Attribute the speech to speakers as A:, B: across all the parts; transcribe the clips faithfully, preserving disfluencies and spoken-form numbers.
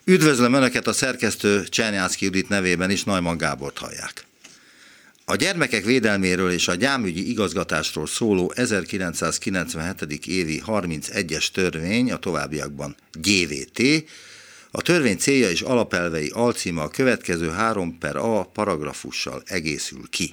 A: Üdvözlöm Önöket, a szerkesztő Csernyánszky Judit nevében is, Neumann Gábort hallják. A gyermekek védelméről és a gyámügyi igazgatásról szóló ezerkilencszázkilencvenhetedik évi harmincegyes törvény, a továbbiakban gé vé té, a törvény célja és alapelvei alcíme a következő három per A paragrafussal egészül ki.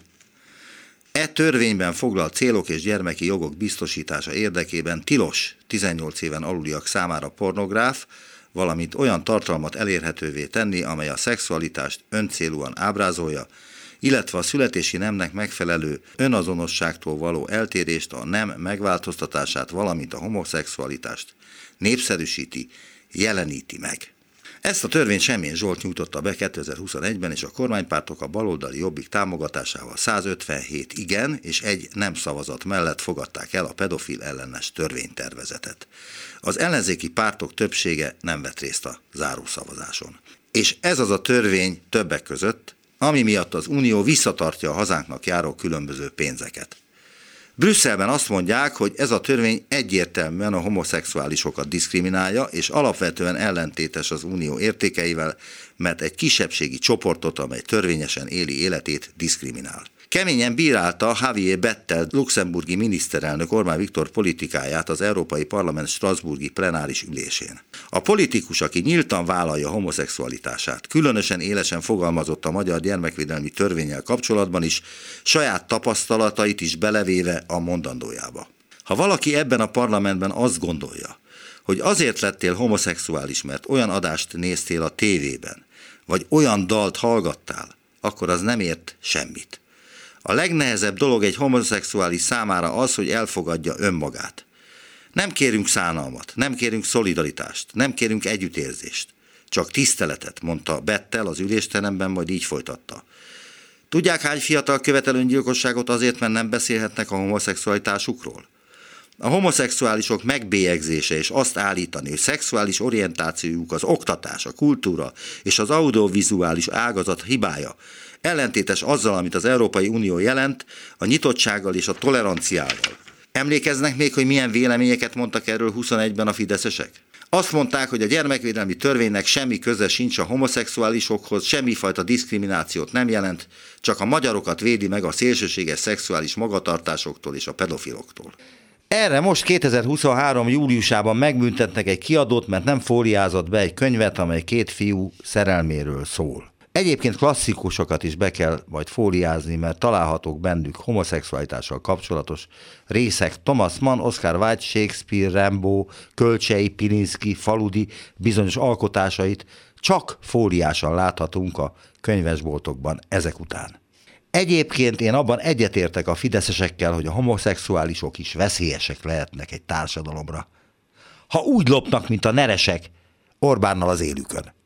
A: E törvényben foglalt célok és gyermeki jogok biztosítása érdekében tilos tizennyolc éven aluliak számára pornográf, valamint olyan tartalmat elérhetővé tenni, amely a szexualitást öncélúan ábrázolja, illetve a születési nemnek megfelelő önazonosságtól való eltérést, a nem megváltoztatását, valamint a homoszexualitást népszerűsíti, jeleníti meg. Ezt a törvényt Semmén Zsolt nyújtotta be kétezer-huszonegyben, és a kormánypártok a baloldali Jobbik támogatásával százötvenhét igen és egy nem szavazat mellett fogadták el a pedofil ellenes törvénytervezetet. Az ellenzéki pártok többsége nem vett részt a zárószavazáson. És ez az a törvény többek között, ami miatt az Unió visszatartja a hazánknak járó különböző pénzeket. Brüsszelben azt mondják, hogy ez a törvény egyértelműen a homoszexuálisokat diszkriminálja, és alapvetően ellentétes az Unió értékeivel, mert egy kisebbségi csoportot, amely törvényesen éli életét, diszkriminál. Keményen bírálta Javier Bettel luxemburgi miniszterelnök Orbán Viktor politikáját az Európai Parlament strasbourgi plenáris ülésén. A politikus, aki nyíltan vállalja homoszexualitását, különösen élesen fogalmazott a magyar gyermekvédelmi törvénnyel kapcsolatban is, saját tapasztalatait is belevéve a mondandójába. Ha valaki ebben a parlamentben azt gondolja, hogy azért lettél homoszexuális, mert olyan adást néztél a tévében, vagy olyan dalt hallgattál, akkor az nem ért semmit. A legnehezebb dolog egy homoszexuális számára az, hogy elfogadja önmagát. Nem kérünk szánalmat, nem kérünk szolidaritást, nem kérünk együttérzést, csak tiszteletet, mondta Bettel az ülésteremben, majd így folytatta. Tudják, hány fiatal követel öngyilkosságot azért, mert nem beszélhetnek a homoszexualitásukról? A homoszexuálisok megbélyegzése és azt állítani, hogy szexuális orientációjuk az oktatás, a kultúra és az audiovizuális ágazat hibája, ellentétes azzal, amit az Európai Unió jelent, a nyitottsággal és a toleranciával. Emlékeznek még, hogy milyen véleményeket mondtak erről huszonegyben a fideszesek? Azt mondták, hogy a gyermekvédelmi törvénynek semmi köze sincs a homoszexuálisokhoz, semmifajta diszkriminációt nem jelent, csak a magyarokat védi meg a szélsőséges szexuális magatartásoktól és a pedofiloktól. Erre most kétezer-huszonhárom júliusában megbüntetnek egy kiadót, mert nem fóliázott be egy könyvet, amely két fiú szerelméről szól. Egyébként klasszikusokat is be kell majd fóliázni, mert találhatók bennük homoszexualitással kapcsolatos részek Thomas Mann, Oscar Wilde, Shakespeare, Rimbaud, Kölcsey, Pilinszky, Faludi bizonyos alkotásait csak fóliásan láthatunk a könyvesboltokban ezek után. Egyébként én abban egyetértek a fideszesekkel, hogy a homoszexuálisok is veszélyesek lehetnek egy társadalomra, ha úgy lopnak, mint a neresek Orbánnal az élükön.